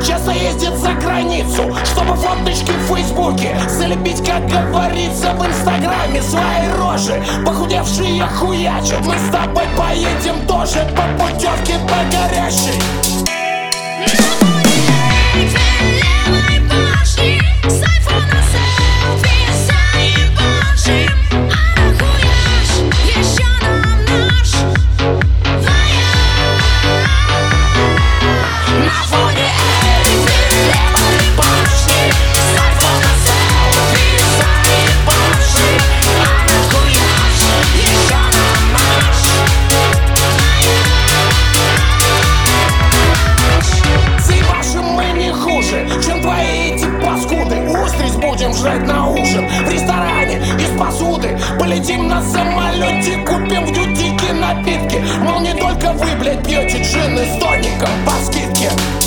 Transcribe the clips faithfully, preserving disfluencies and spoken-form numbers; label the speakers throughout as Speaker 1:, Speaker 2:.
Speaker 1: часто ездит за границу, чтобы фоточки в фейсбуке залепить, как говорится, в инстаграме. Свои рожи похудевшие хуячат. Мы с тобой поедем тоже по путевке по горящей. Жрать на ужин в ресторане из посуды. Полетим на самолете, купим в дьютике напитки. Мол, не только вы, блядь, пьете джины с тоником по скидке.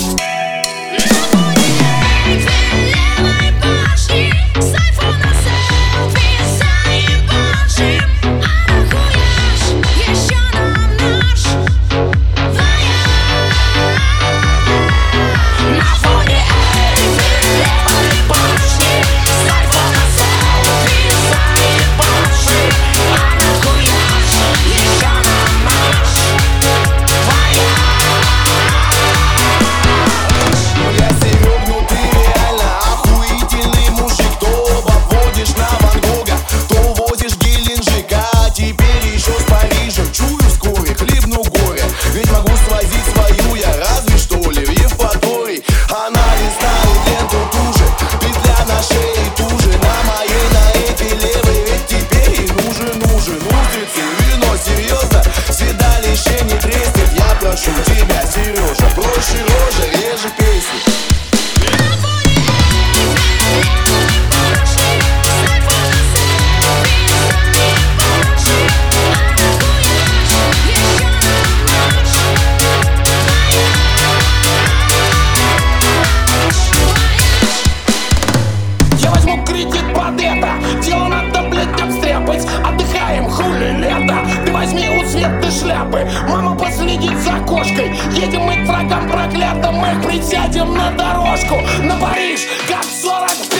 Speaker 1: Прошу тебя, Сережа, проще рожа, реже песни. Я возьму кредит под это, дело надо, блядь, обстряпать. Отдыхаем, хули лето, ты возьми у Светы шляпы. Мама последит за кошкой, едем мы к врагам проклятым. Мы присядем на дорожку на Париж, как сорок